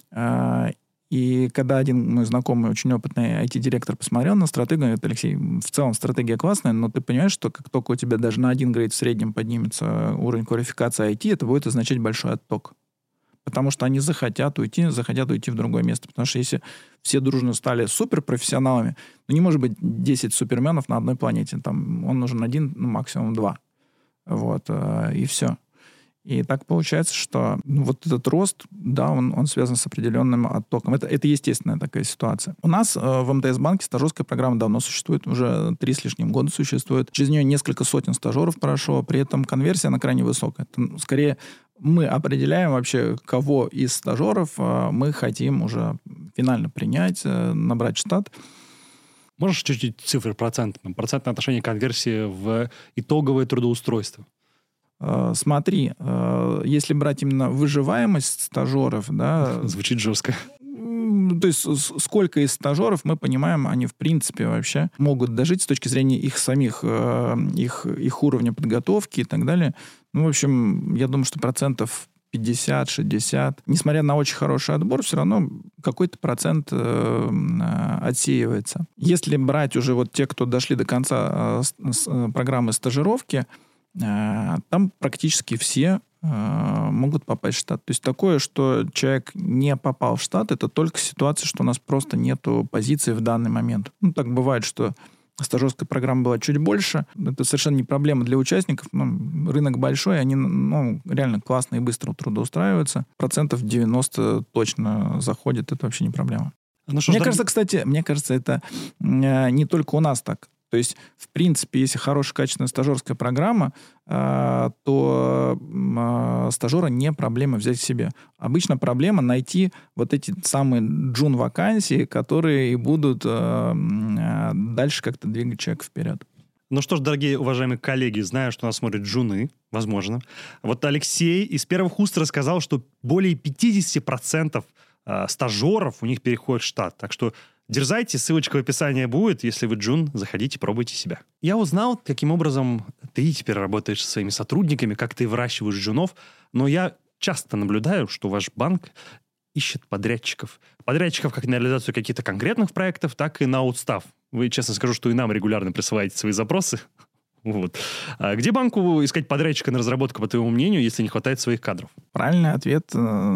[SPEAKER 1] И когда один мой знакомый, очень опытный ай ти-директор посмотрел на стратегию, говорит: Алексей, в целом стратегия классная, но ты понимаешь, что как только у тебя даже на один грейд в среднем поднимется уровень квалификации ай ти, это будет означать большой отток. Потому что они захотят уйти, захотят уйти в другое место. Потому что если все дружно стали суперпрофессионалами, ну не может быть десять суперменов на одной планете. Там он нужен один, ну максимум два. Вот, и все. И так получается, что ну, вот этот рост, да, он, он связан с определенным оттоком. Это, это естественная такая ситуация. У нас э, в МТС-банке стажерская программа давно существует, уже три с лишним года существует. Через нее несколько сотен стажеров прошло, при этом конверсия, она крайне высокая. Это, ну, скорее, мы определяем вообще, кого из стажеров э, мы хотим уже финально принять, э, набрать штат.
[SPEAKER 2] Можешь чуть-чуть цифры процентные? Процентное отношение конверсии в итоговое трудоустройство?
[SPEAKER 1] Смотри, если брать именно выживаемость стажеров, да...
[SPEAKER 2] Звучит жестко.
[SPEAKER 1] То есть сколько из стажеров, мы понимаем, они в принципе вообще могут дожить с точки зрения их самих, их, их уровня подготовки и так далее. Ну, в общем, я думаю, что процентов пятьдесят-шестьдесят. Несмотря на очень хороший отбор, все равно какой-то процент э, отсеивается. Если брать уже вот те, кто дошли до конца э, с, э, программы стажировки, там практически все э, могут попасть в штат. То есть такое, что человек не попал в штат, это только ситуация, что у нас просто нету позиции в данный момент. Ну, так бывает, что стажерская программа была чуть больше. Это совершенно не проблема для участников. Ну, рынок большой, они ну, реально классно и быстро трудоустраиваются. Процентов девяносто точно заходит, это вообще не проблема. Ну, мне кажется, кстати, мне кажется, это э, не только у нас так. То есть, в принципе, если хорошая, качественная стажерская программа, э, то э, стажера не проблема взять к себе. Обычно проблема найти вот эти самые джун-вакансии, которые и будут э, э, дальше как-то двигать человека вперед.
[SPEAKER 2] Ну что ж, дорогие уважаемые коллеги, знаю, что нас смотрят джуны, возможно. Вот Алексей из первых уст рассказал, что более пятьдесят процентов э, стажеров у них переходит в штат. Так что дерзайте, ссылочка в описании будет. Если вы джун, заходите, пробуйте себя. Я узнал, каким образом ты теперь работаешь со своими сотрудниками, как ты выращиваешь джунов, но я часто наблюдаю, что ваш банк ищет подрядчиков. Подрядчиков как на реализацию каких-то конкретных проектов, так и на аутстаф. Вы, честно скажу, что и нам регулярно присылаете свои запросы. Вот. А где банку искать подрядчика на разработку, по твоему мнению, если не хватает своих кадров?
[SPEAKER 1] Правильный ответ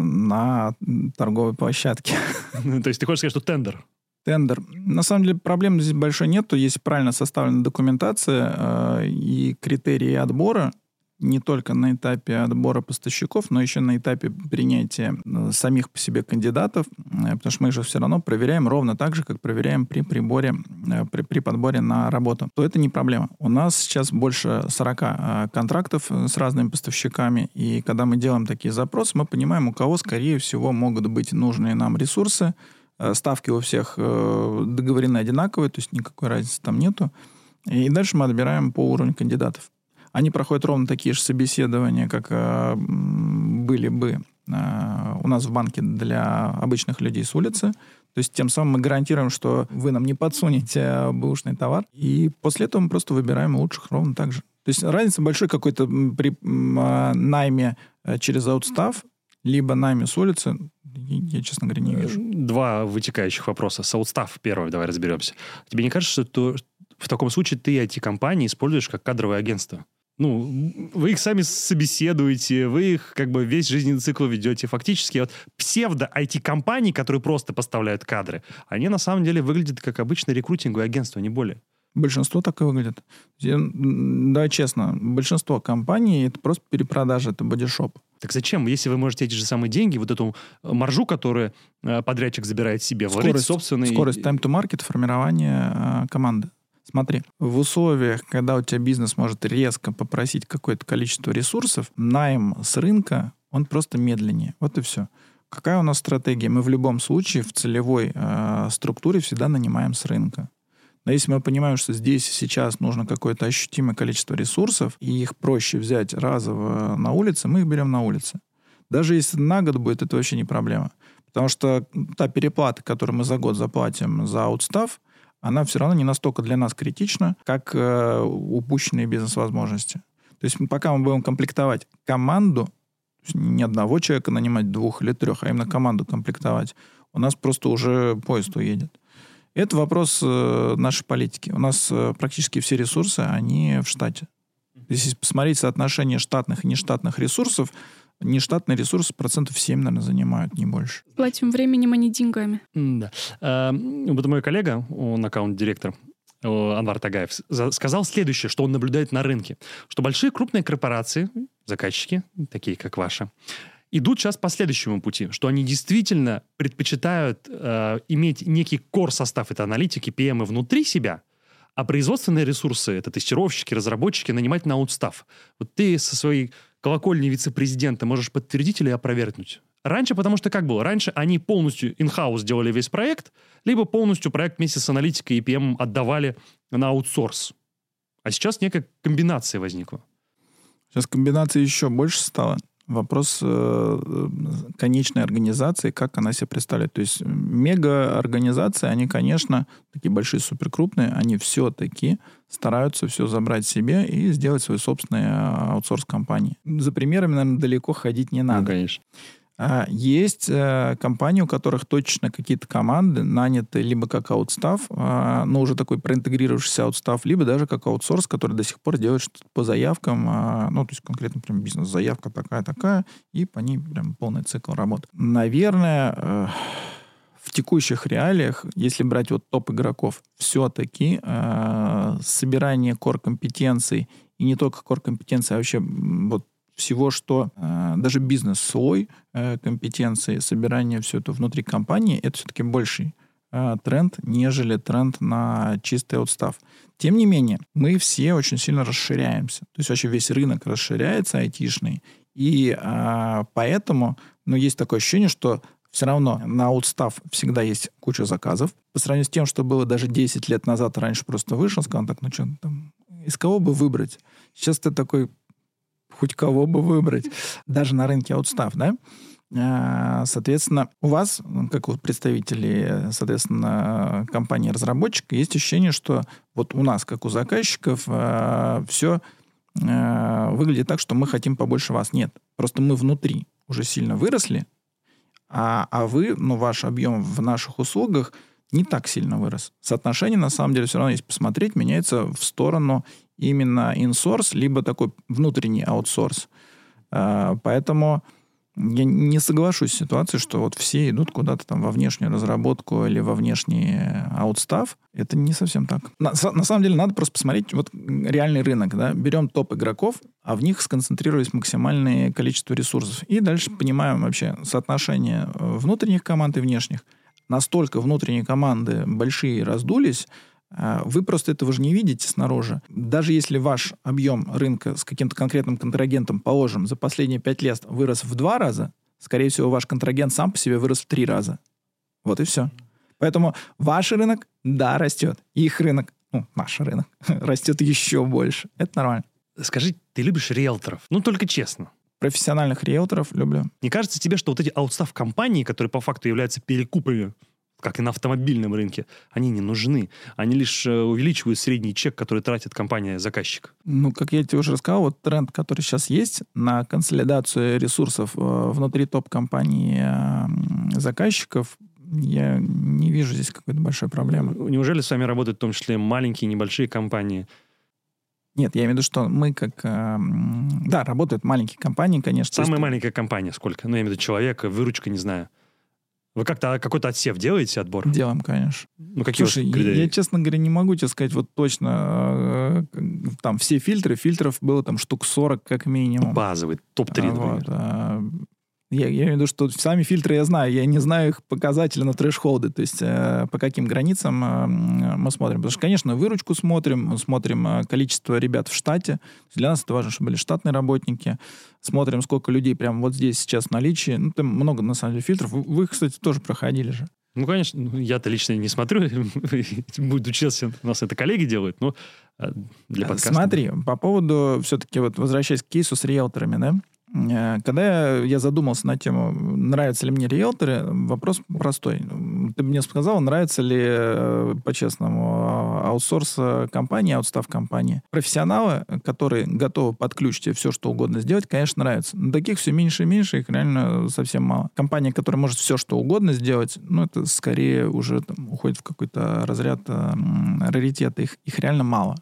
[SPEAKER 1] на торговой площадке.
[SPEAKER 2] То есть ты хочешь сказать, что тендер?
[SPEAKER 1] Тендер. На самом деле проблем здесь большой нету. Есть правильно составленная документация э, и критерии отбора, не только на этапе отбора поставщиков, но еще на этапе принятия э, самих по себе кандидатов, э, потому что мы же все равно проверяем ровно так же, как проверяем при приборе, э, при, при подборе на работу. То это не проблема. У нас сейчас больше сорок э, контрактов с разными поставщиками, и когда мы делаем такие запросы, мы понимаем, у кого, скорее всего, могут быть нужные нам ресурсы. Ставки у всех договорены одинаковые, то есть никакой разницы там нету. И дальше мы отбираем по уровню кандидатов. Они проходят ровно такие же собеседования, как были бы у нас в банке для обычных людей с улицы. То есть тем самым мы гарантируем, что вы нам не подсунете бэушный товар. И после этого мы просто выбираем лучших ровно так же. То есть разницы большой какой-то при найме через аутстаф, либо найме с улицы, я, честно говоря, не вижу.
[SPEAKER 2] Два вытекающих вопроса. Саутстаф первый, давай разберемся. Тебе не кажется, что то, в таком случае ты ай ти-компании используешь как кадровое агентство? Ну, вы их сами собеседуете, вы их как бы весь жизненный цикл ведете. Фактически вот псевдо-ай ти-компании, которые просто поставляют кадры, они на самом деле выглядят как обычное рекрутинговое агентство, не более.
[SPEAKER 1] Большинство так и выглядит. Да, честно, большинство компаний — это просто перепродажа, это бодишоп.
[SPEAKER 2] Так зачем, если вы можете эти же самые деньги, вот эту маржу, которую подрядчик забирает себе, вложить в собственный...
[SPEAKER 1] Скорость time to market, формирование э, команды. Смотри, в условиях, когда у тебя бизнес может резко попросить какое-то количество ресурсов, найм с рынка, он просто медленнее. Вот и все. Какая у нас стратегия? Мы в любом случае в целевой э, структуре всегда нанимаем с рынка. Но если мы понимаем, что здесь и сейчас нужно какое-то ощутимое количество ресурсов, и их проще взять разово на улице, мы их берем на улице. Даже если на год будет, это вообще не проблема. Потому что та переплата, которую мы за год заплатим за аутстаф, она все равно не настолько для нас критична, как э, упущенные бизнес-возможности. То есть пока мы будем комплектовать команду, не одного человека нанимать, двух или трех, а именно команду комплектовать, у нас просто уже поезд уедет. Это вопрос э, нашей политики. У нас э, практически все ресурсы, они в штате. Если посмотреть соотношение штатных и нештатных ресурсов, нештатные ресурсы процентов семь, наверное, занимают, не больше.
[SPEAKER 3] Платим временем, а не деньгами.
[SPEAKER 2] Да. А, вот мой коллега, он аккаунт-директор, Анвар Тагаев, сказал следующее, что он наблюдает на рынке. Что большие крупные корпорации, заказчики, такие как ваша, идут сейчас по следующему пути, что они действительно предпочитают э, иметь некий кор-состав, это аналитики, пи эм внутри себя, а производственные ресурсы, это тестировщики, разработчики, нанимать на аутстаф. Вот ты со своей колокольни вице-президента можешь подтвердить или опровергнуть? Раньше, потому что как было? Раньше они полностью in-house делали весь проект, либо полностью проект вместе с аналитикой и пи эм отдавали на аутсорс. А сейчас некая комбинация возникла.
[SPEAKER 1] Сейчас комбинация еще больше стала. Вопрос э, конечной организации, как она себе представляет. То есть мега-организации, они, конечно, такие большие, суперкрупные, они все-таки стараются все забрать себе и сделать свои собственные аутсорс-компании. За примерами, наверное, далеко ходить не надо.
[SPEAKER 2] Ну, конечно.
[SPEAKER 1] Есть э, компании, у которых точно какие-то команды наняты либо как аутстаф, э, но уже такой проинтегрировавшийся аутстаф, либо даже как аутсорс, который до сих пор делает что-то по заявкам, э, ну, то есть конкретно прям бизнес-заявка такая-такая, и по ней прям полный цикл работы. Наверное, э, в текущих реалиях, если брать вот топ игроков, все-таки э, собирание кор-компетенций, и не только кор-компетенций, а вообще вот всего, что э, даже бизнес-слой э, компетенции, собирание все это внутри компании, это все-таки больший э, тренд, нежели тренд на чистый аутстаф. Тем не менее, мы все очень сильно расширяемся. То есть вообще весь рынок расширяется айтишный, и э, поэтому ну, есть такое ощущение, что все равно на аутстаф всегда есть куча заказов. По сравнению с тем, что было даже десять лет назад, раньше просто вышел, сказал, так, ну что, там, из кого бы выбрать? Сейчас ты такой, хоть кого бы выбрать, даже на рынке аутстаф, да? Соответственно, у вас, как у представителей, соответственно, компании-разработчика, есть ощущение, что вот у нас, как у заказчиков, все выглядит так, что мы хотим побольше вас. Нет, просто мы внутри уже сильно выросли, а, а вы, ну, ваш объем в наших услугах не так сильно вырос. Соотношение, на самом деле, все равно, если посмотреть, меняется в сторону именно инсорс, либо такой внутренний аутсорс. Поэтому я не соглашусь с ситуацией, что вот все идут куда-то там во внешнюю разработку или во внешний аутстаф. Это не совсем так. На, на самом деле надо просто посмотреть вот реальный рынок. Да? Берем топ игроков, а в них сконцентрировались максимальное количество ресурсов. И дальше понимаем вообще соотношение внутренних команд и внешних. Настолько внутренние команды большие раздулись, вы просто этого же не видите снаружи. Даже если ваш объем рынка с каким-то конкретным контрагентом, положим, за последние пять лет вырос в два раза, скорее всего, ваш контрагент сам по себе вырос в три раза. Вот и все. Поэтому ваш рынок, да, растет. Их рынок, ну, наш рынок, растет еще больше. Это нормально.
[SPEAKER 2] Скажи, ты любишь риэлторов? Ну, только честно.
[SPEAKER 1] Профессиональных риэлторов люблю.
[SPEAKER 2] Не кажется тебе, что вот эти аутстаф-компании, которые по факту являются перекупами, как и на автомобильном рынке, они не нужны. Они лишь увеличивают средний чек, который тратит компания-заказчик.
[SPEAKER 1] Ну, как я тебе уже рассказал, вот тренд, который сейчас есть на консолидацию ресурсов внутри топ-компаний заказчиков, я не вижу здесь какой-то большой проблемы.
[SPEAKER 2] Неужели с вами работают в том числе маленькие, небольшие компании?
[SPEAKER 1] Нет, я имею в виду, что мы как... Э, да, работают маленькие компании, конечно.
[SPEAKER 2] Самая
[SPEAKER 1] есть...
[SPEAKER 2] маленькая компания сколько? Ну, я имею в виду человека, выручка, не знаю. Вы как-то какой-то отсев делаете, отбор?
[SPEAKER 1] Делаем, конечно.
[SPEAKER 2] Ну, какие
[SPEAKER 1] Слушай, я, я, честно говоря, не могу тебе сказать вот точно. Э, там все фильтры, фильтров было там штук сорок как минимум.
[SPEAKER 2] Базовый, топ три,
[SPEAKER 1] а,
[SPEAKER 2] например.
[SPEAKER 1] Вот, а, я, я имею в виду, что сами фильтры я знаю, я не знаю их показатели на трэш-холды, то есть э, по каким границам э, мы смотрим. Потому что, конечно, выручку смотрим, мы смотрим э, количество ребят в штате. Для нас это важно, чтобы были штатные работники. Смотрим, сколько людей прямо вот здесь сейчас в наличии. Ну, там много, на самом деле, фильтров. Вы, вы, кстати, тоже проходили же.
[SPEAKER 2] Ну, конечно, я-то лично не смотрю, буду честен, у нас это коллеги делают, но для подкаста...
[SPEAKER 1] Смотри, по поводу, все-таки, вот возвращаясь к кейсу с риэлторами, да, когда я задумался на тему, нравятся ли мне риэлторы, вопрос простой. Ты мне сказал, нравится ли, по-честному, аутсорс компании, аутстав компании. Профессионалы, которые готовы под ключ тебе все, что угодно сделать, конечно, нравятся. Но таких все меньше и меньше, их реально совсем мало. Компания, которая может все, что угодно сделать, ну, это скорее уже там, уходит в какой-то разряд э, раритета. Их, их реально мало.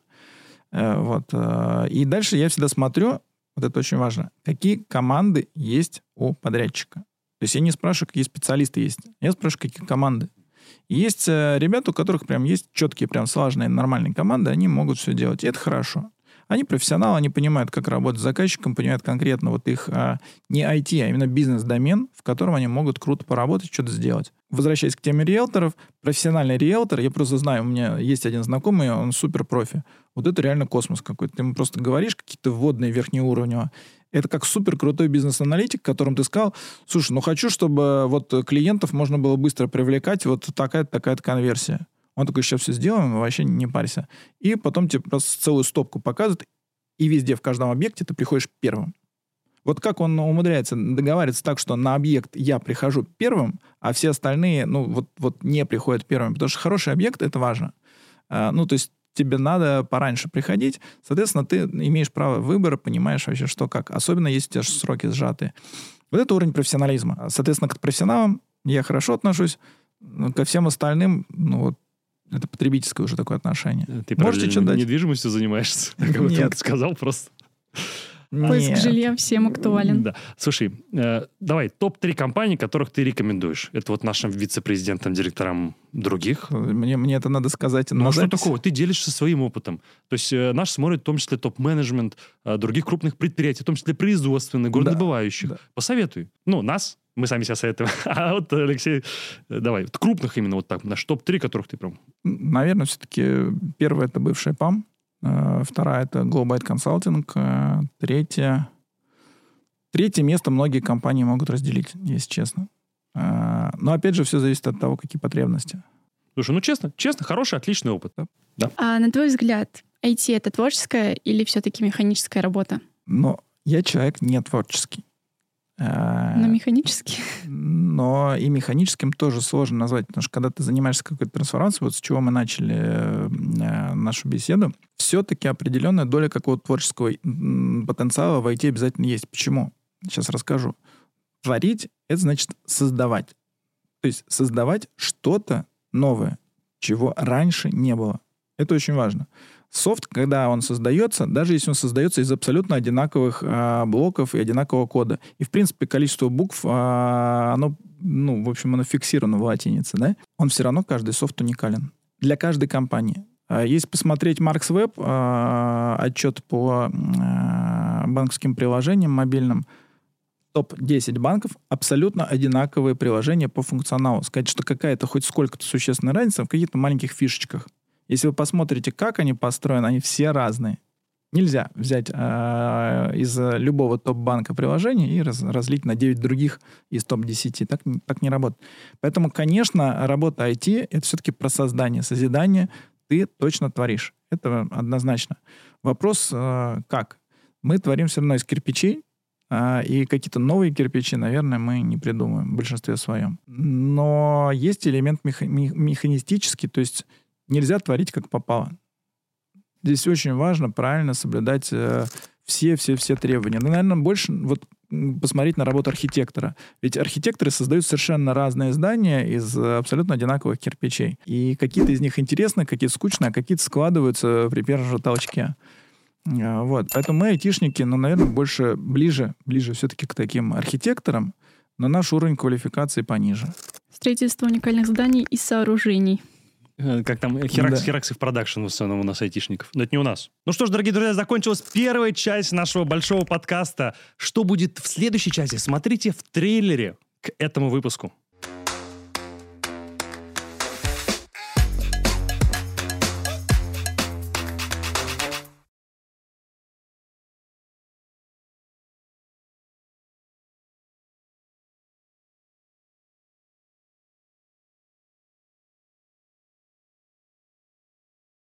[SPEAKER 1] Э, вот. Э, и дальше я всегда смотрю, вот это очень важно. Какие команды есть у подрядчика? То есть я не спрашиваю, какие специалисты есть. Я спрашиваю, какие команды. И есть э, ребята, у которых прям есть четкие, прям слаженные, нормальные команды, они могут все делать. И это хорошо. Они профессионалы, они понимают, как работать с заказчиком, понимают конкретно вот их а, не ай ти, а именно бизнес-домен, в котором они могут круто поработать, что-то сделать. Возвращаясь к теме риэлторов, профессиональный риэлтор, я просто знаю, у меня есть один знакомый, он супер профи. Вот это реально космос какой-то. Ты ему просто говоришь какие-то вводные верхнеуровневые. Это как супер крутой бизнес-аналитик, которым ты сказал, слушай, ну хочу, чтобы вот клиентов можно было быстро привлекать, вот такая-то, такая-то конверсия. Он такой, сейчас все сделаем, вообще не парься. И потом тебе просто целую стопку показывают, и везде, в каждом объекте ты приходишь первым. Вот как он умудряется договариваться так, что на объект я прихожу первым, а все остальные, ну, вот, вот не приходят первыми. Потому что хороший объект — это важно. А, ну, то есть тебе надо пораньше приходить, соответственно, ты имеешь право выбора, понимаешь вообще, что как. Особенно, если у тебя сроки сжатые. Вот это уровень профессионализма. Соответственно, к профессионалам я хорошо отношусь, ко всем остальным, ну, вот, это потребительское уже такое отношение.
[SPEAKER 2] Ты
[SPEAKER 1] можете что дать?
[SPEAKER 2] Недвижимостью занимаешься? Как
[SPEAKER 1] Нет.
[SPEAKER 2] Ты сказал просто.
[SPEAKER 3] Поиск жилья всем актуален.
[SPEAKER 2] Да. Слушай, э, давай, топ три компаний, которых ты рекомендуешь. Это вот нашим вице-президентам, директорам других.
[SPEAKER 1] Мне, мне это надо сказать.
[SPEAKER 2] Ну, а что такого? Ты делишься своим опытом. То есть э, наш смотрит в том числе топ-менеджмент э, других крупных предприятий, в том числе производственных, горнодобывающих.
[SPEAKER 1] Да, да.
[SPEAKER 2] Посоветуй. Ну, нас, мы сами себя советуем. А вот, Алексей, давай, вот крупных именно вот так, наш топ три, которых ты прям...
[SPEAKER 1] Наверное, все-таки первое — это бывшая ПАМ. Вторая — это Globite Consulting. Третье... Третье место многие компании могут разделить, если честно. Но, опять же, все зависит от того, какие потребности.
[SPEAKER 2] Слушай, ну честно, честно, хороший, отличный опыт.
[SPEAKER 1] Да.
[SPEAKER 2] Да.
[SPEAKER 3] А на твой взгляд, ай ти — это творческая или все-таки механическая работа?
[SPEAKER 1] Но я человек не творческий.
[SPEAKER 3] Но механический.
[SPEAKER 1] Но и механическим тоже сложно назвать, потому что когда ты занимаешься какой-то трансформацией, вот с чего мы начали э, нашу беседу, все-таки определенная доля какого-то творческого потенциала в ай ти обязательно есть. Почему? Сейчас расскажу. Творить — это значит создавать. То есть создавать что-то новое, чего раньше не было. Это очень важно. Софт, когда он создается, даже если он создается из абсолютно одинаковых а, блоков и одинакового кода, и, в принципе, количество букв, а, оно, ну, в общем, оно фиксировано в латинице, да, он все равно, каждый софт уникален. Для каждой компании. А, если посмотреть Marks.Web, а, отчет по а, банковским приложениям мобильным, топ десять банков абсолютно одинаковые приложения по функционалу. Сказать, что какая-то хоть сколько-то существенная разница в каких-то маленьких фишечках. Если вы посмотрите, как они построены, они все разные. Нельзя взять э, из любого топ-банка приложения и раз, разлить на девять других из топ десять. Так, так не работает. Поэтому, конечно, работа ай ти — это все-таки про создание, созидание. Ты точно творишь. Это однозначно. Вопрос, э, как? Мы творим все равно из кирпичей, э, и какие-то новые кирпичи, наверное, мы не придумаем в большинстве своем. Но есть элемент меха- механистический, то есть нельзя творить как попало. Здесь очень важно правильно соблюдать все-все-все э, требования. Ну, наверное, больше вот посмотреть на работу архитектора. Ведь архитекторы создают совершенно разные здания из абсолютно одинаковых кирпичей. И какие-то из них интересны, какие-то скучные, а какие-то складываются при первом же толчке. Вот. Поэтому мы, айтишники, ну, наверное, больше, ближе, ближе все-таки к таким архитекторам, но наш уровень квалификации пониже.
[SPEAKER 3] Строительство уникальных зданий и сооружений.
[SPEAKER 2] Как там Херакс,
[SPEAKER 1] Да.
[SPEAKER 2] Херакс в продакшн в основном у нас айтишников. Но это не у нас. Ну что ж, дорогие друзья, закончилась первая часть нашего большого подкаста. Что будет в следующей части? Смотрите в трейлере к этому выпуску.